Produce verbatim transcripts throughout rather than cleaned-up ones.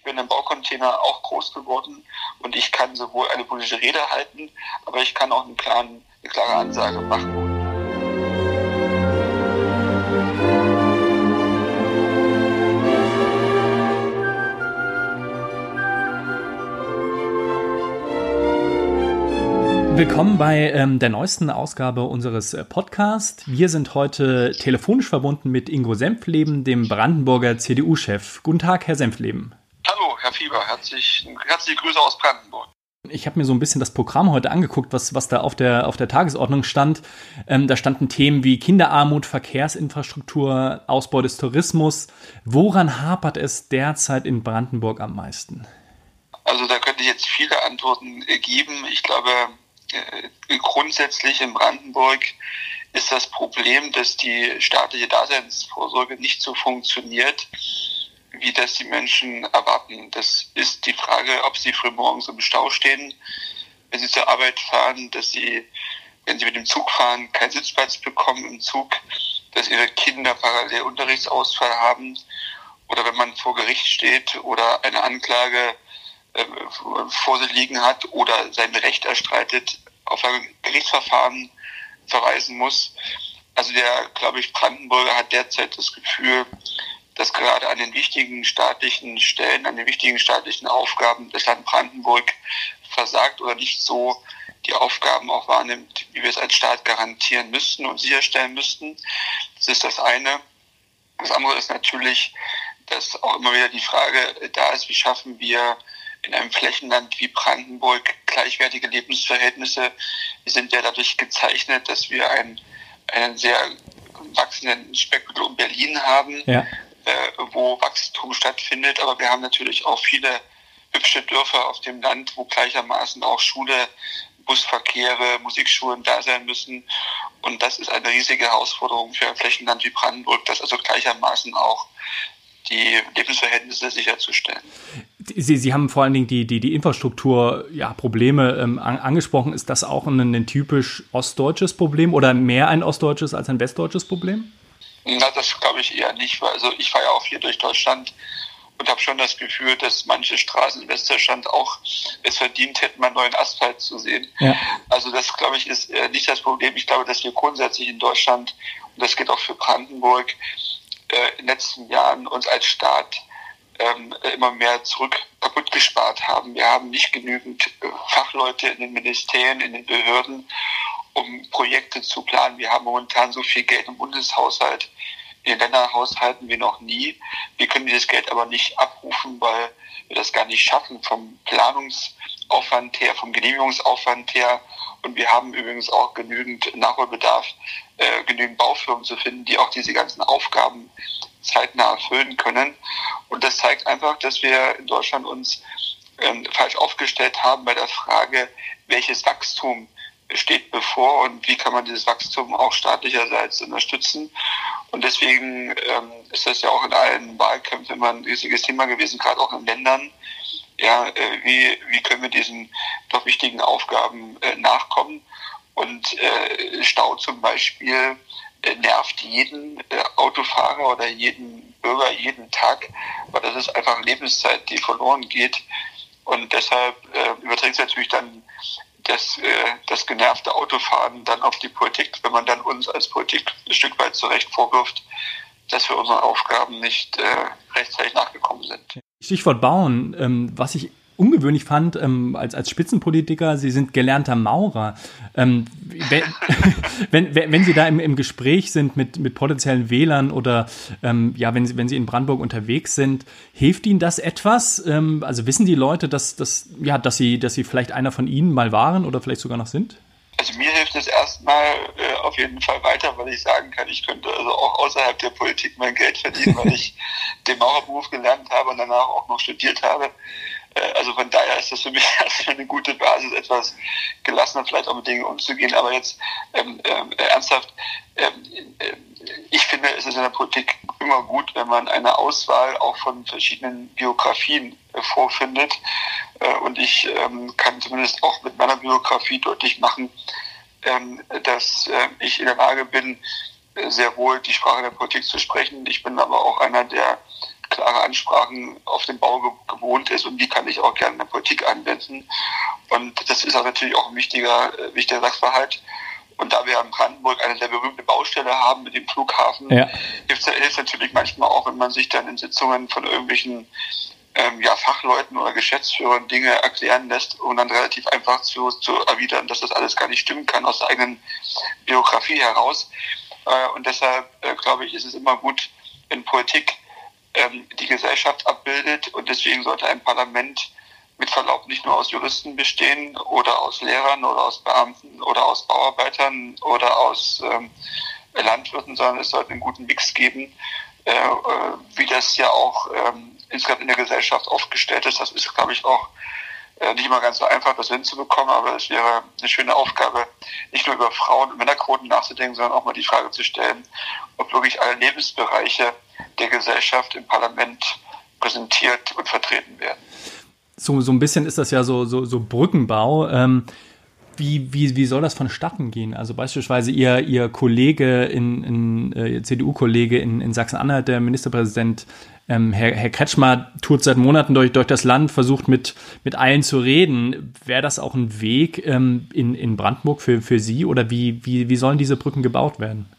bin im Baucontainer auch groß geworden und ich kann sowohl eine politische Rede halten, aber ich kann auch einen klaren, eine klare Ansage machen. Willkommen bei ähm, der neuesten Ausgabe unseres äh, Podcasts. Wir sind heute telefonisch verbunden mit Ingo Senftleben, dem Brandenburger C D U-Chef. Guten Tag, Herr Senftleben. Hallo, Herr Fieber. Herzlich, herzliche Grüße aus Brandenburg. Ich habe mir so ein bisschen das Programm heute angeguckt, was, was da auf der, auf der Tagesordnung stand. Ähm, da standen Themen wie Kinderarmut, Verkehrsinfrastruktur, Ausbau des Tourismus. Woran hapert es derzeit in Brandenburg am meisten? Also da könnte ich jetzt viele Antworten äh, geben. Ich glaube, äh, grundsätzlich in Brandenburg ist das Problem, dass die staatliche Daseinsvorsorge nicht so funktioniert, wie das die Menschen erwarten. Das ist die Frage, ob sie frühmorgens im Stau stehen, wenn sie zur Arbeit fahren, dass sie, wenn sie mit dem Zug fahren, keinen Sitzplatz bekommen im Zug, dass ihre Kinder parallel Unterrichtsausfall haben oder wenn man vor Gericht steht oder eine Anklage äh, vor sich liegen hat oder sein Recht erstreitet, auf ein Gerichtsverfahren verweisen muss. Also der, glaube ich, Brandenburger hat derzeit das Gefühl, dass gerade an den wichtigen staatlichen Stellen, an den wichtigen staatlichen Aufgaben das Land Brandenburg versagt oder nicht so die Aufgaben auch wahrnimmt, wie wir es als Staat garantieren müssten und sicherstellen müssten. Das ist das eine. Das andere ist natürlich, dass auch immer wieder die Frage da ist, wie schaffen wir in einem Flächenland wie Brandenburg gleichwertige Lebensverhältnisse. Wir sind ja dadurch gezeichnet, dass wir einen, einen sehr wachsenden Speckgürtel um Berlin haben, ja. äh, wo Wachstum stattfindet. Aber wir haben natürlich auch viele hübsche Dörfer auf dem Land, wo gleichermaßen auch Schule, Busverkehre, Musikschulen da sein müssen. Und das ist eine riesige Herausforderung für ein Flächenland wie Brandenburg, das also gleichermaßen auch die Lebensverhältnisse sicherzustellen. Sie, Sie haben vor allen Dingen die, die, die Infrastruktur, ja, Probleme ähm, an, angesprochen. Ist das auch ein, ein typisch ostdeutsches Problem oder mehr ein ostdeutsches als ein westdeutsches Problem? Na, das glaube ich eher nicht. Also ich fahre ja auch hier durch Deutschland und habe schon das Gefühl, dass manche Straßen in Westdeutschland auch es verdient hätten, mal neuen Asphalt zu sehen. Ja. Also das, glaube ich, ist äh, nicht das Problem. Ich glaube, dass wir grundsätzlich in Deutschland, und das geht auch für Brandenburg, in den letzten Jahren uns als Staat ähm, immer mehr zurück kaputt gespart haben. Wir haben nicht genügend äh, Fachleute in den Ministerien, in den Behörden, um Projekte zu planen. Wir haben momentan so viel Geld im Bundeshaushalt, in den Länderhaushalten wie noch nie. Wir können dieses Geld aber nicht abrufen, weil wir das gar nicht schaffen vom Planungsaufwand her, vom Genehmigungsaufwand her. Und wir haben übrigens auch genügend Nachholbedarf, äh, genügend Baufirmen zu finden, die auch diese ganzen Aufgaben zeitnah erfüllen können. Und das zeigt einfach, dass wir in Deutschland uns ähm, falsch aufgestellt haben bei der Frage, welches Wachstum steht bevor und wie kann man dieses Wachstum auch staatlicherseits unterstützen. Und deswegen ähm, ist das ja auch in allen Wahlkämpfen immer ein riesiges Thema gewesen, gerade auch in Ländern. Ja, äh, wie, wie können wir diesen doch wichtigen Aufgaben äh, nachkommen? Und äh, Stau zum Beispiel äh, nervt jeden äh, Autofahrer oder jeden Bürger jeden Tag, weil das ist einfach Lebenszeit, die verloren geht. Und deshalb äh, überträgt es natürlich dann das, äh, das genervte Autofahren dann auf die Politik, wenn man dann uns als Politik ein Stück weit zurecht vorwirft, dass wir unseren Aufgaben nicht äh, rechtzeitig nachgekommen sind. Stichwort Bauen, ähm, was ich ungewöhnlich fand, ähm, als, als Spitzenpolitiker, Sie sind gelernter Maurer. Ähm, wenn, wenn, wenn Sie da im, im Gespräch sind mit, mit potenziellen Wählern oder ähm, ja, wenn Sie, wenn Sie in Brandenburg unterwegs sind, hilft Ihnen das etwas? Ähm, also wissen die Leute, dass, dass, ja, dass, Sie, dass Sie vielleicht einer von Ihnen mal waren oder vielleicht sogar noch sind? Also mir hilft es erstmal äh, auf jeden Fall weiter, weil ich sagen kann, ich könnte also auch außerhalb der Politik mein Geld verdienen, weil ich den Maurerberuf gelernt habe und danach auch noch studiert habe. Äh, also von daher ist das für mich erstmal eine gute Basis, etwas gelassener vielleicht auch mit Dingen umzugehen. Aber jetzt ähm, äh, ernsthaft, ähm, äh, ich finde, es ist in der Politik immer gut, wenn man eine Auswahl auch von verschiedenen Biografien äh, vorfindet. Äh, und ich ähm, kann zumindest auch mit meiner Biografie deutlich machen, ähm, dass äh, ich in der Lage bin, äh, sehr wohl die Sprache der Politik zu sprechen. Ich bin aber auch einer, der klare Ansprachen auf dem Bau ge- gewohnt ist und die kann ich auch gerne in der Politik anwenden. Und das ist auch natürlich auch ein wichtiger, äh, wichtiger Sachverhalt. Und da wir in Brandenburg eine sehr berühmte Baustelle haben mit dem Flughafen, ja. hilft es natürlich manchmal auch, wenn man sich dann in Sitzungen von irgendwelchen ähm, ja, Fachleuten oder Geschäftsführern Dinge erklären lässt und dann relativ einfach zu, zu erwidern, dass das alles gar nicht stimmen kann aus der eigenen Biografie heraus. Äh, und deshalb, äh, glaube ich, ist es immer gut, wenn Politik ähm, die Gesellschaft abbildet, und deswegen sollte ein Parlament mit Verlaub nicht nur aus Juristen bestehen oder aus Lehrern oder aus Beamten oder aus Bauarbeitern oder aus ähm, Landwirten, sondern es sollte einen guten Mix geben, äh, äh, wie das ja auch ähm, insgesamt in der Gesellschaft aufgestellt ist. Das ist, glaube ich, auch äh, nicht immer ganz so einfach, das hinzubekommen, aber es wäre eine schöne Aufgabe, nicht nur über Frauen- und Männerquoten nachzudenken, sondern auch mal die Frage zu stellen, ob wirklich alle Lebensbereiche der Gesellschaft im Parlament präsentiert und vertreten werden. So, so ein bisschen ist das ja so, so, so Brückenbau. Ähm, wie, wie, wie soll das vonstatten gehen? Also beispielsweise Ihr, Ihr Kollege, in, in, äh, Ihr C D U-Kollege in, in Sachsen-Anhalt, der Ministerpräsident ähm, Herr, Herr Kretschmer, tourt seit Monaten durch, durch das Land, versucht mit, mit allen zu reden. Wäre das auch ein Weg ähm, in, in Brandenburg für, für Sie? Oder wie, wie, wie sollen diese Brücken gebaut werden?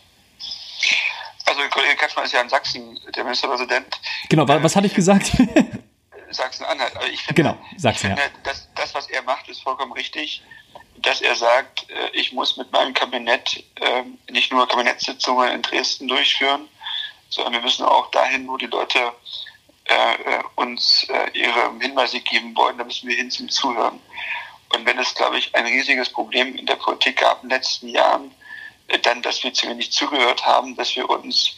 Also der Kollege Kretschmer ist ja in Sachsen der Ministerpräsident. Genau, was, was hatte ich gesagt? Sachsen-Anhalt. Also ich finde, genau, Sachsen, ich finde ja. das, das, was er macht, ist vollkommen richtig. Dass er sagt, ich muss mit meinem Kabinett nicht nur Kabinettssitzungen in Dresden durchführen, sondern wir müssen auch dahin, wo die Leute uns ihre Hinweise geben wollen, da müssen wir hin zum Zuhören. Und wenn es, glaube ich, ein riesiges Problem in der Politik gab in den letzten Jahren, dann, dass wir zu wenig zugehört haben, dass wir uns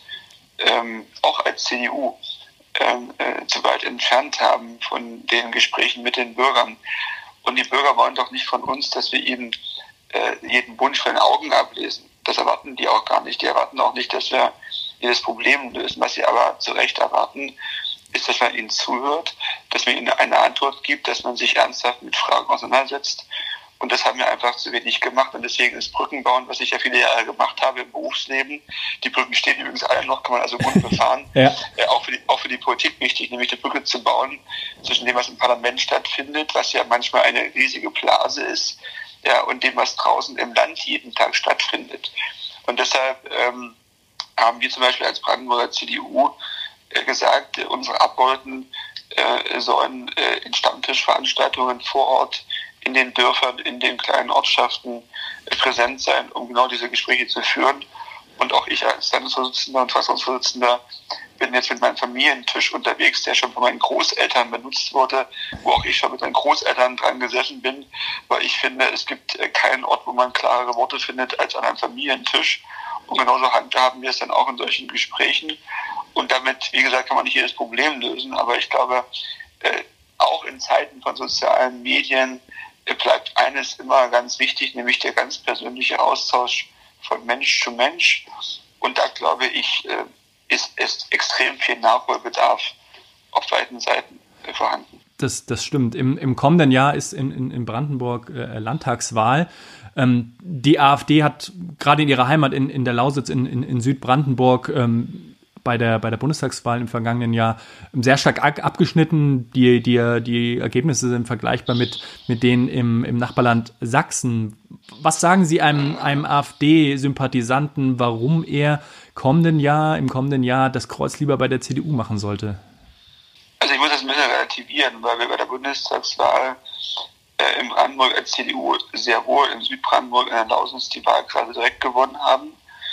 auch als C D U Ähm, äh, zu weit entfernt haben von den Gesprächen mit den Bürgern. Und die Bürger wollen doch nicht von uns, dass wir ihnen äh, jeden Wunsch von den Augen ablesen. Das erwarten die auch gar nicht. Die erwarten auch nicht, dass wir jedes Problem lösen. Was sie aber zu Recht erwarten, ist, dass man ihnen zuhört, dass man ihnen eine Antwort gibt, dass man sich ernsthaft mit Fragen auseinandersetzt. Und das haben wir einfach zu wenig gemacht. Und deswegen ist Brückenbauen, was ich ja viele Jahre gemacht habe im Berufsleben, die Brücken stehen übrigens alle noch, kann man also gut befahren, ja. äh, auch, für die, auch für die Politik wichtig, nämlich die Brücke zu bauen zwischen dem, was im Parlament stattfindet, was ja manchmal eine riesige Blase ist, ja, und dem, was draußen im Land jeden Tag stattfindet. Und deshalb ähm, haben wir zum Beispiel als Brandenburger C D U äh, gesagt, äh, unsere Abgeordneten äh, sollen äh, in Stammtischveranstaltungen vor Ort in den Dörfern, in den kleinen Ortschaften äh, präsent sein, um genau diese Gespräche zu führen. Und auch ich als Landesvorsitzender und Fraktionsvorsitzender bin jetzt mit meinem Familientisch unterwegs, der schon von meinen Großeltern benutzt wurde, wo auch ich schon mit meinen Großeltern dran gesessen bin, weil ich finde, es gibt äh, keinen Ort, wo man klarere Worte findet als an einem Familientisch. Und genauso handhaben wir es dann auch in solchen Gesprächen. Und damit, wie gesagt, kann man nicht jedes Problem lösen, aber ich glaube, äh, auch in Zeiten von sozialen Medien bleibt eines immer ganz wichtig, nämlich der ganz persönliche Austausch von Mensch zu Mensch. Und da, glaube ich, ist, ist extrem viel Nachholbedarf auf beiden Seiten vorhanden. Das, das stimmt. Im, im kommenden Jahr ist in, in, in Brandenburg äh, Landtagswahl. Ähm, die AfD hat gerade in ihrer Heimat in, in der Lausitz in, in, in Südbrandenburg ähm, bei der, bei der Bundestagswahl im vergangenen Jahr sehr stark abgeschnitten. Die, die, die Ergebnisse sind vergleichbar mit, mit denen im, im Nachbarland Sachsen. Was sagen Sie einem, einem AfD-Sympathisanten, warum er kommenden Jahr, im kommenden Jahr das Kreuz lieber bei der C D U machen sollte? Also ich muss das ein bisschen relativieren, weil wir bei der Bundestagswahl äh, in Brandenburg als C D U sehr wohl in Südbrandenburg in der Lausitz die Wahl gerade direkt gewonnen haben.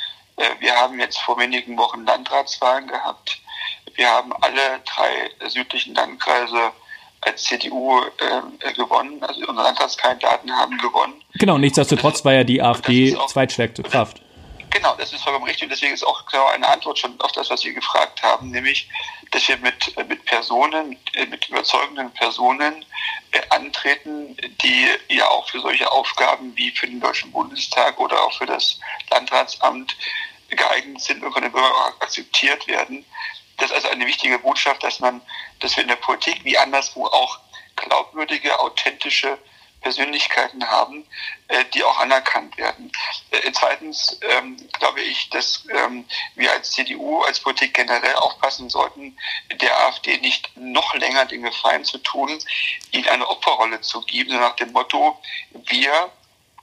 Wir haben jetzt vor wenigen Wochen Landratswahlen gehabt. Wir haben alle drei südlichen Landkreise als C D U äh, gewonnen. Also unsere Landratskandidaten haben gewonnen. Genau, nichtsdestotrotz war ja die AfD zweitstärkste Kraft. Genau, das ist vollkommen richtig. Und deswegen ist auch genau eine Antwort schon auf das, was Sie gefragt haben, nämlich, dass wir mit, mit Personen, mit überzeugenden Personen äh, antreten, die ja auch für solche Aufgaben wie für den Deutschen Bundestag oder auch für das Landratsamt geeignet sind und von den Bürgern auch akzeptiert werden. Das ist also eine wichtige Botschaft, dass man, dass wir in der Politik wie anderswo auch glaubwürdige, authentische Persönlichkeiten haben, äh, die auch anerkannt werden. Äh, zweitens ähm, glaube ich, dass ähm, wir als C D U, als Politik generell aufpassen sollten, der AfD nicht noch länger den Gefallen zu tun, ihnen eine Opferrolle zu geben, so nach dem Motto, wir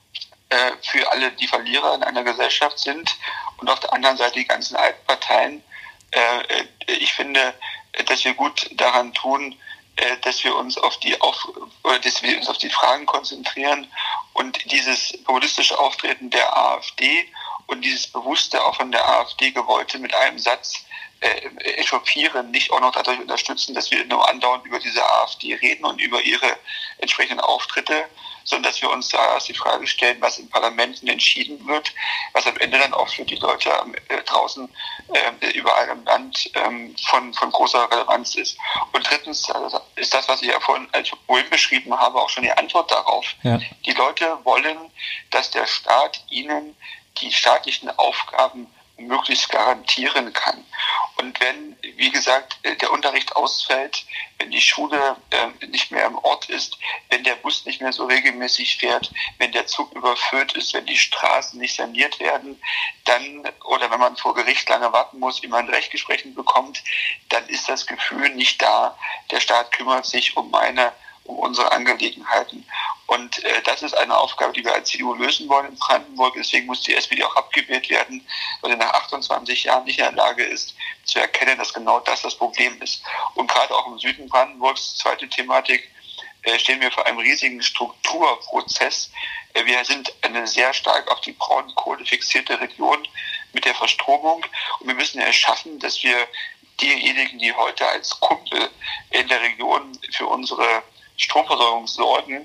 äh, für alle die Verlierer in einer Gesellschaft sind und auf der anderen Seite die ganzen Altparteien. Äh, ich finde, dass wir gut daran tun, dass wir uns auf die auf, oder dass wir uns auf die Fragen konzentrieren und dieses populistische Auftreten der AfD und dieses bewusste, auch von der AfD gewollte mit einem Satz äh, echauffieren, nicht auch noch dadurch unterstützen, dass wir nur andauernd über diese AfD reden und über ihre entsprechenden Auftritte, sondern dass wir uns da die Frage stellen, was in Parlamenten entschieden wird, was am Ende dann auch für die Leute äh, draußen äh, überall im Land ähm, von, von großer Relevanz ist. Und drittens also ist das, was ich ja vorhin, als vorhin beschrieben habe, auch schon die Antwort darauf. Ja. Die Leute wollen, dass der Staat ihnen die staatlichen Aufgaben möglichst garantieren kann. Und wenn, wie gesagt, der Unterricht ausfällt, wenn die Schule äh, nicht mehr im Ort ist, wenn der Bus nicht mehr so regelmäßig fährt, wenn der Zug überfüllt ist, wenn die Straßen nicht saniert werden, dann, oder wenn man vor Gericht lange warten muss, wie man ein Rechtsgespräch bekommt, dann ist das Gefühl nicht da, der Staat kümmert sich um meine um unsere Angelegenheiten. Und äh, das ist eine Aufgabe, die wir als C D U lösen wollen in Brandenburg. Deswegen muss die S P D auch abgewählt werden, weil sie nach achtundzwanzig Jahren nicht in der Lage ist, zu erkennen, dass genau das das Problem ist. Und gerade auch im Süden Brandenburgs, zweite Thematik, äh, stehen wir vor einem riesigen Strukturprozess. Äh, wir sind eine sehr stark auf die Braunkohle fixierte Region mit der Verstromung. Und wir müssen es schaffen, dass wir diejenigen, die heute als Kumpel in der Region für unsere Stromversorgung sorgen,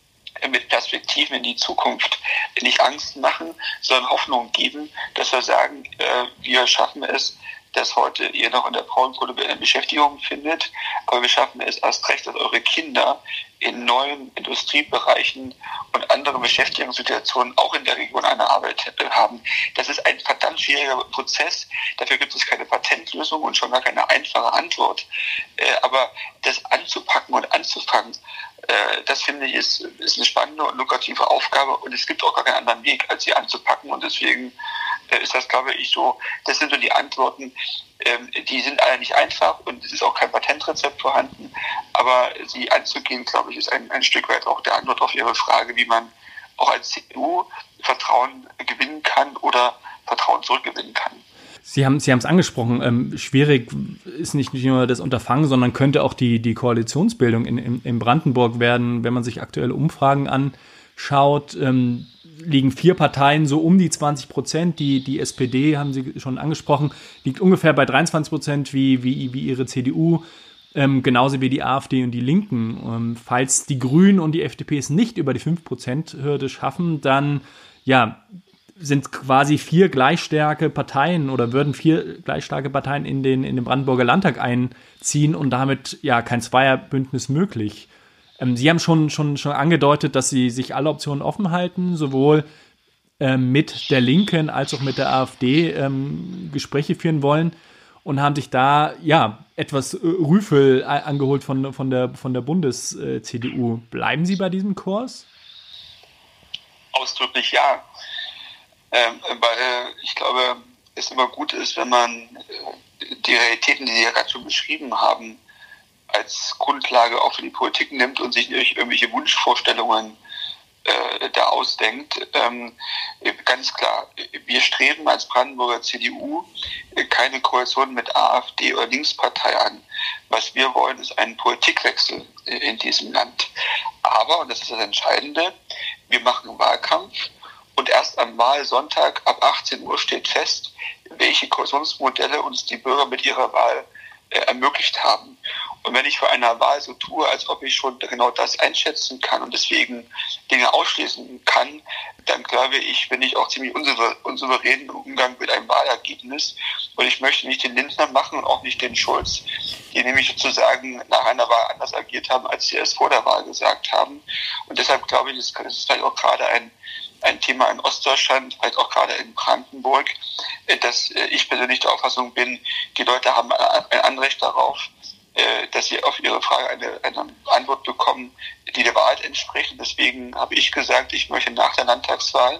mit Perspektiven in die Zukunft nicht Angst machen, sondern Hoffnung geben, dass wir sagen, äh, wir schaffen es, dass heute ihr noch in der Braunkohle Beschäftigung findet, aber wir schaffen es erst recht, dass eure Kinder in neuen Industriebereichen und anderen Beschäftigungssituationen auch in der Region eine Arbeit haben. Das ist ein verdammt schwieriger Prozess. Dafür gibt es keine Patentlösung und schon gar keine einfache Antwort. Äh, aber das anzupacken und anzufangen, äh, das finde ich ist, ist eine spannende und lukrative Aufgabe und es gibt auch gar keinen anderen Weg, als sie anzupacken und deswegen äh, ist das, glaube ich, so, das sind so die Antworten, ähm, die sind alle nicht einfach und es ist auch kein Patentrezept vorhanden, aber sie anzugehen, glaube ich, ist ein, ein Stück weit auch der Antwort auf Ihre Frage, wie man auch als C D U Vertrauen gewinnen kann oder Vertrauen zurückgewinnen kann. Sie haben Sie haben es angesprochen, ähm, schwierig ist nicht, nicht nur das Unterfangen, sondern könnte auch die, die Koalitionsbildung in, in, in Brandenburg werden, wenn man sich aktuelle Umfragen anschaut. Ähm, liegen vier Parteien so um die zwanzig Prozent. Die, die S P D, haben Sie schon angesprochen, liegt ungefähr bei dreiundzwanzig Prozent wie, wie, wie ihre C D U, ähm, genauso wie die AfD und die Linken. Ähm, falls die Grünen und die F D P es nicht über die fünf Prozent Hürde schaffen, dann ja, sind quasi vier gleichstarke Parteien oder würden vier gleichstarke Parteien in den, in den Brandenburger Landtag einziehen und damit ja kein Zweierbündnis möglich. Ähm, Sie haben schon, schon, schon angedeutet, dass Sie sich alle Optionen offen halten, sowohl ähm, mit der Linken als auch mit der AfD ähm, Gespräche führen wollen und haben sich da ja etwas Rüffel angeholt von, von der, von der Bundes-C D U. Bleiben Sie bei diesem Kurs? Ausdrücklich ja. Ähm, weil ich glaube, es immer gut ist, wenn man äh, die Realitäten, die Sie ja gerade schon beschrieben haben, als Grundlage auch für die Politik nimmt und sich nicht irgendwelche Wunschvorstellungen äh, da ausdenkt. Ähm, ganz klar, wir streben als Brandenburger C D U keine Koalition mit AfD oder Linkspartei an. Was wir wollen, ist einen Politikwechsel in diesem Land. Aber, und das ist das Entscheidende, wir machen Wahlkampf und erst am Wahlsonntag ab achtzehn Uhr steht fest, welche Koalitionsmodelle uns die Bürger mit ihrer Wahl äh, ermöglicht haben. Und wenn ich vor einer Wahl so tue, als ob ich schon genau das einschätzen kann und deswegen Dinge ausschließen kann, dann glaube ich, bin ich auch ziemlich unsouver- unsouverän im Umgang mit einem Wahlergebnis. Und ich möchte nicht den Lindner machen und auch nicht den Schulz, die nämlich sozusagen nach einer Wahl anders agiert haben, als sie erst vor der Wahl gesagt haben. Und deshalb glaube ich, das ist vielleicht auch gerade ein ein Thema in Ostdeutschland, vielleicht auch gerade in Brandenburg, dass ich persönlich der Auffassung bin, die Leute haben ein Anrecht darauf, äh, dass Sie auf Ihre Frage eine, eine Antwort bekommen, die der Wahrheit entspricht. Und deswegen habe ich gesagt, ich möchte nach der Landtagswahl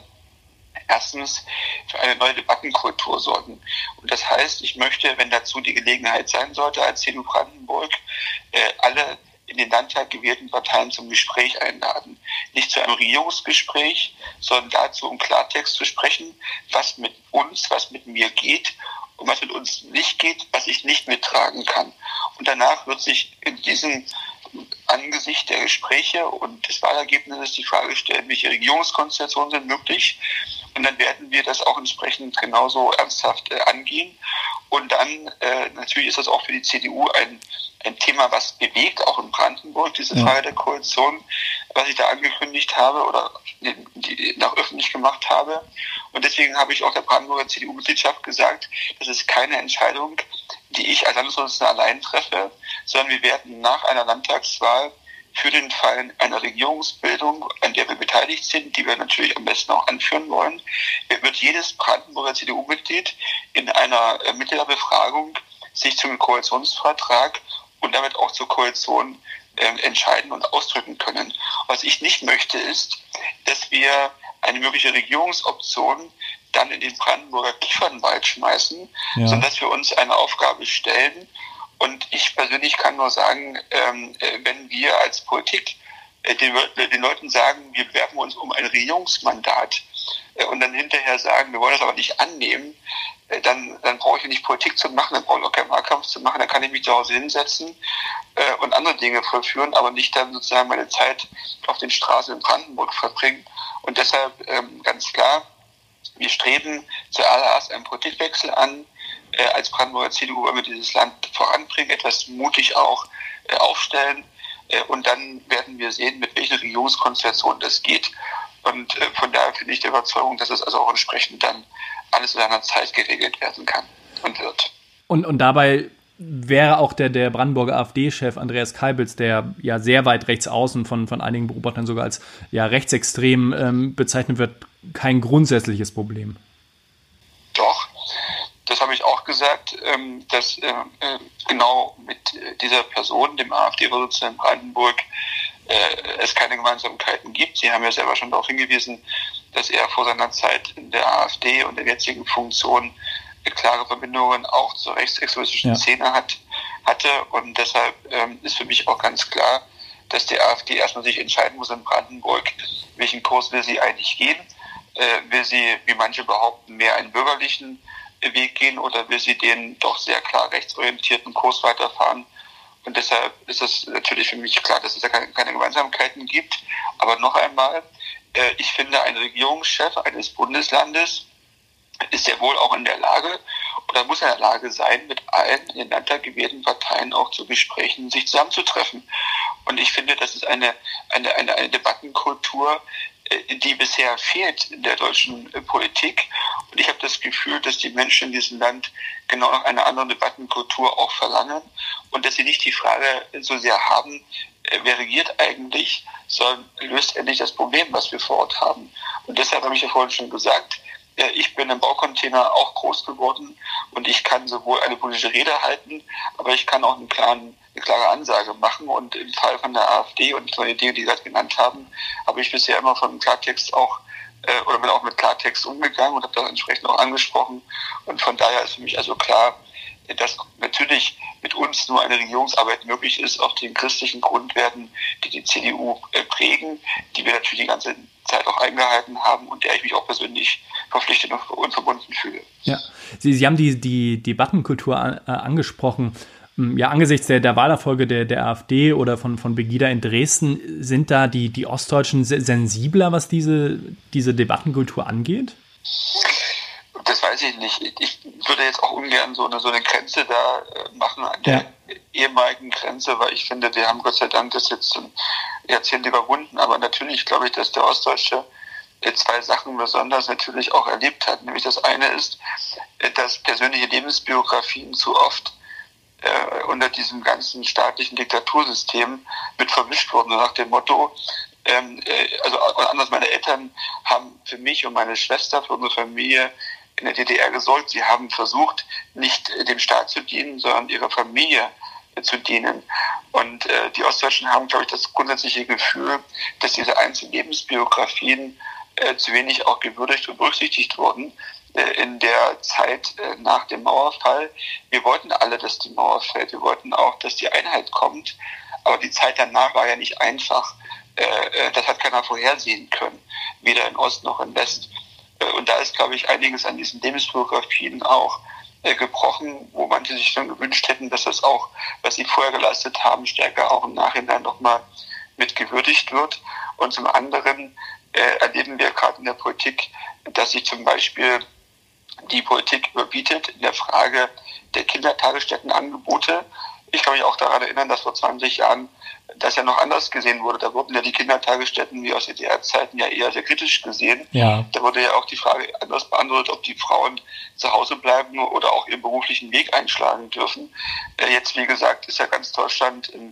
erstens für eine neue Debattenkultur sorgen. Und das heißt, ich möchte, wenn dazu die Gelegenheit sein sollte, als C D U Brandenburg, äh, alle in den Landtag gewählten Parteien zum Gespräch einladen. Nicht zu einem Regierungsgespräch, sondern dazu, um Klartext zu sprechen, was mit uns, was mit mir geht und was mit uns nicht geht, was ich nicht mittragen kann. Und danach wird sich in diesem Angesicht der Gespräche und des Wahlergebnisses die Frage stellen, welche Regierungskonstellationen sind möglich. Und dann werden wir das auch entsprechend genauso ernsthaft äh, angehen. Und dann, äh, natürlich ist das auch für die C D U ein, ein Thema, was bewegt, auch in Brandenburg, diese Frage der Koalition, was ich da angekündigt habe oder die, die nach öffentlich gemacht habe. Und deswegen habe ich auch der Brandenburger C D U-Mitgliedschaft gesagt, das ist keine Entscheidung, die ich als Landesvorsitzender allein treffe, sondern wir werden nach einer Landtagswahl für den Fall einer Regierungsbildung, an der wir beteiligt sind, die wir natürlich am besten auch anführen wollen, wird jedes Brandenburger C D U-Mitglied in einer Mitgliederbefragung sich zum Koalitionsvertrag und damit auch zur Koalition äh, entscheiden und ausdrücken können. Was ich nicht möchte, ist, dass wir eine mögliche Regierungsoption dann in den Brandenburger Kiefernwald schmeißen, ja. sondern dass wir uns eine Aufgabe stellen. Und ich persönlich kann nur sagen, ähm, wenn wir als Politik äh, den, den Leuten sagen, wir bewerben uns um ein Regierungsmandat äh, und dann hinterher sagen, wir wollen das aber nicht annehmen, äh, dann, dann brauche ich nicht Politik zu machen, dann brauche ich auch keinen Wahlkampf zu machen, dann kann ich mich zu Hause hinsetzen äh, und andere Dinge vollführen, aber nicht dann sozusagen meine Zeit auf den Straßen in Brandenburg verbringen. Und deshalb ähm, ganz klar, wir streben zuallererst einen Politikwechsel an. Äh, als Brandenburger C D U wollen wir dieses Land voranbringen, etwas mutig auch äh, aufstellen. Äh, und dann werden wir sehen, mit welcher Regierungskonstellation das geht. Und äh, von daher bin ich der Überzeugung, dass es also auch entsprechend dann alles in einer Zeit geregelt werden kann und wird. Und, und dabei wäre auch der, der Brandenburger AfD-Chef Andreas Kalbitz, der ja sehr weit rechts außen von, von einigen Beobachtern sogar als ja, rechtsextrem ähm, bezeichnet wird, kein grundsätzliches Problem. Doch, das habe ich auch gesagt, ähm, dass äh, genau mit dieser Person, dem AfD-Vorsitzenden in Brandenburg, äh, es keine Gemeinsamkeiten gibt. Sie haben ja selber schon darauf hingewiesen, dass er vor seiner Zeit in der AfD und der jetzigen Funktion klare Verbindungen auch zur rechtsextremistischen ja. Szene hat, hatte. Und deshalb ähm, ist für mich auch ganz klar, dass die AfD erstmal sich entscheiden muss in Brandenburg, welchen Kurs will sie eigentlich gehen. Äh, will sie, wie manche behaupten, mehr einen bürgerlichen Weg gehen oder will sie den doch sehr klar rechtsorientierten Kurs weiterfahren? Und deshalb ist es natürlich für mich klar, dass es da keine, keine Gemeinsamkeiten gibt. Aber noch einmal, äh, ich finde, ein Regierungschef eines Bundeslandes ist ja wohl auch in der Lage oder muss in der Lage sein, mit allen in den Landtag gewählten Parteien auch zu Gesprächen, sich zusammenzutreffen. Und ich finde, das ist eine, eine, eine, eine Debattenkultur, die bisher fehlt in der deutschen Politik. Und ich habe das Gefühl, dass die Menschen in diesem Land genau nach einer anderen Debattenkultur auch verlangen und dass sie nicht die Frage so sehr haben, wer regiert eigentlich, sondern löst endlich das Problem, was wir vor Ort haben. Und deshalb habe ich ja vorhin schon gesagt, ich bin im Baucontainer auch groß geworden und ich kann sowohl eine politische Rede halten, aber ich kann auch einen klaren, eine klare Ansage machen. Und im Fall von der AfD und solche Dinge, die Sie gerade genannt haben, habe ich bisher immer von Klartext auch äh, oder bin auch mit Klartext umgegangen und habe das entsprechend auch angesprochen. Und von daher ist für mich also klar, dass natürlich mit uns nur eine Regierungsarbeit möglich ist auf den christlichen Grundwerten, die die C D U äh, prägen, die wir natürlich die ganze Zeit auch eingehalten haben und der ich mich auch persönlich verpflichtet und verbunden fühle. Ja, Sie, Sie haben die, die Debattenkultur an, äh, angesprochen. Ja, angesichts der, der Wahlerfolge der, der AfD oder von, von Pegida in Dresden, sind da die, die Ostdeutschen sensibler, was diese, diese Debattenkultur angeht? Das weiß ich nicht. Ich würde jetzt auch ungern so eine, so eine Grenze da machen an der ja. ehemaligen Grenze, weil ich finde, wir haben Gott sei Dank das jetzt ein Jahrzehnt überwunden. Aber natürlich glaube ich, dass der Ostdeutsche zwei Sachen besonders natürlich auch erlebt hat. Nämlich das eine ist, dass persönliche Lebensbiografien zu oft äh, unter diesem ganzen staatlichen Diktatursystem mit vermischt wurden. So nach dem Motto, ähm, äh, also anders, meine Eltern haben für mich und meine Schwester, für unsere Familie in der D D R gesorgt. Sie haben versucht, nicht dem Staat zu dienen, sondern ihrer Familie äh, zu dienen. Und äh, die Ostdeutschen haben, glaube ich, das grundsätzliche Gefühl, dass diese einzelnen Lebensbiografien äh, zu wenig auch gewürdigt und berücksichtigt wurden äh, in der Zeit äh, nach dem Mauerfall. Wir wollten alle, dass die Mauer fällt. Wir wollten auch, dass die Einheit kommt. Aber die Zeit danach war ja nicht einfach. Äh, das hat keiner vorhersehen können, weder in Ost noch in West. Äh, und da ist, glaube ich, einiges an diesen Lebensbiografien auch äh, gebrochen, wo manche sich dann gewünscht hätten, dass das auch, was sie vorher geleistet haben, stärker auch im Nachhinein nochmal mit gewürdigt wird. Und zum anderen äh, erleben wir gerade in der Politik, dass sich zum Beispiel die Politik überbietet in der Frage der Kindertagesstättenangebote. Ich kann mich auch daran erinnern, dass vor zwanzig Jahren das ja noch anders gesehen wurde. Da wurden ja die Kindertagesstätten wie aus E D R-Zeiten ja eher sehr kritisch gesehen. Ja. Da wurde ja auch die Frage anders beantwortet, ob die Frauen zu Hause bleiben oder auch ihren beruflichen Weg einschlagen dürfen. Jetzt, wie gesagt, ist ja ganz Deutschland im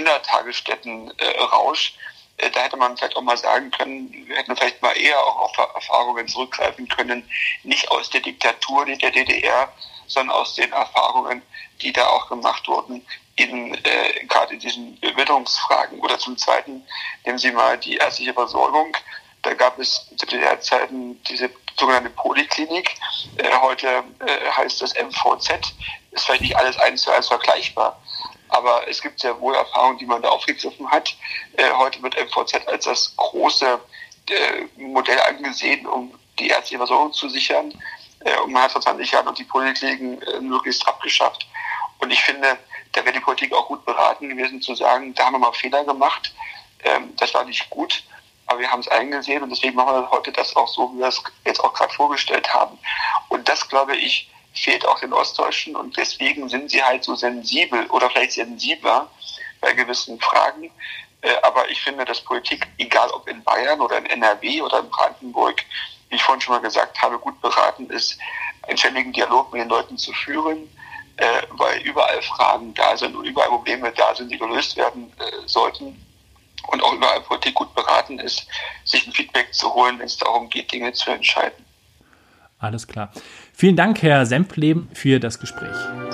Kindertagesstätten-Rausch. Da hätte man vielleicht auch mal sagen können, wir hätten vielleicht mal eher auch auf Erfahrungen zurückgreifen können, nicht aus der Diktatur der D D R, sondern aus den Erfahrungen, die da auch gemacht wurden, in, äh, gerade in diesen Bildungsfragen. Oder zum Zweiten, nehmen Sie mal die ärztliche Versorgung. Da gab es zu D D R-Zeiten diese sogenannte Poliklinik. Äh, heute äh, heißt das M V Z. Ist vielleicht nicht alles eins zu eins vergleichbar. Aber es gibt sehr wohl Erfahrungen, die man da aufgegriffen hat. Äh, heute wird M V Z als das große äh, Modell angesehen, um die ärztliche Versorgung zu sichern. Äh, und man hat vor zwanzig Jahren noch die Polikliniken äh, möglichst abgeschafft. Und ich finde, da wäre die Politik auch gut beraten gewesen zu sagen, da haben wir mal Fehler gemacht. Ähm, das war nicht gut, aber wir haben es eingesehen und deswegen machen wir heute das auch so, wie wir es jetzt auch gerade vorgestellt haben. Und das, glaube ich, fehlt auch den Ostdeutschen und deswegen sind sie halt so sensibel oder vielleicht sensibler bei gewissen Fragen. Äh, aber ich finde, dass Politik, egal ob in Bayern oder in N R W oder in Brandenburg, wie ich vorhin schon mal gesagt habe, gut beraten ist, einen ständigen Dialog mit den Leuten zu führen, äh, weil überall Fragen da sind und überall Probleme da sind, die gelöst werden äh, sollten. Und auch überall Politik gut beraten ist, sich ein Feedback zu holen, wenn es darum geht, Dinge zu entscheiden. Alles klar. Vielen Dank, Herr Sempfle, für das Gespräch.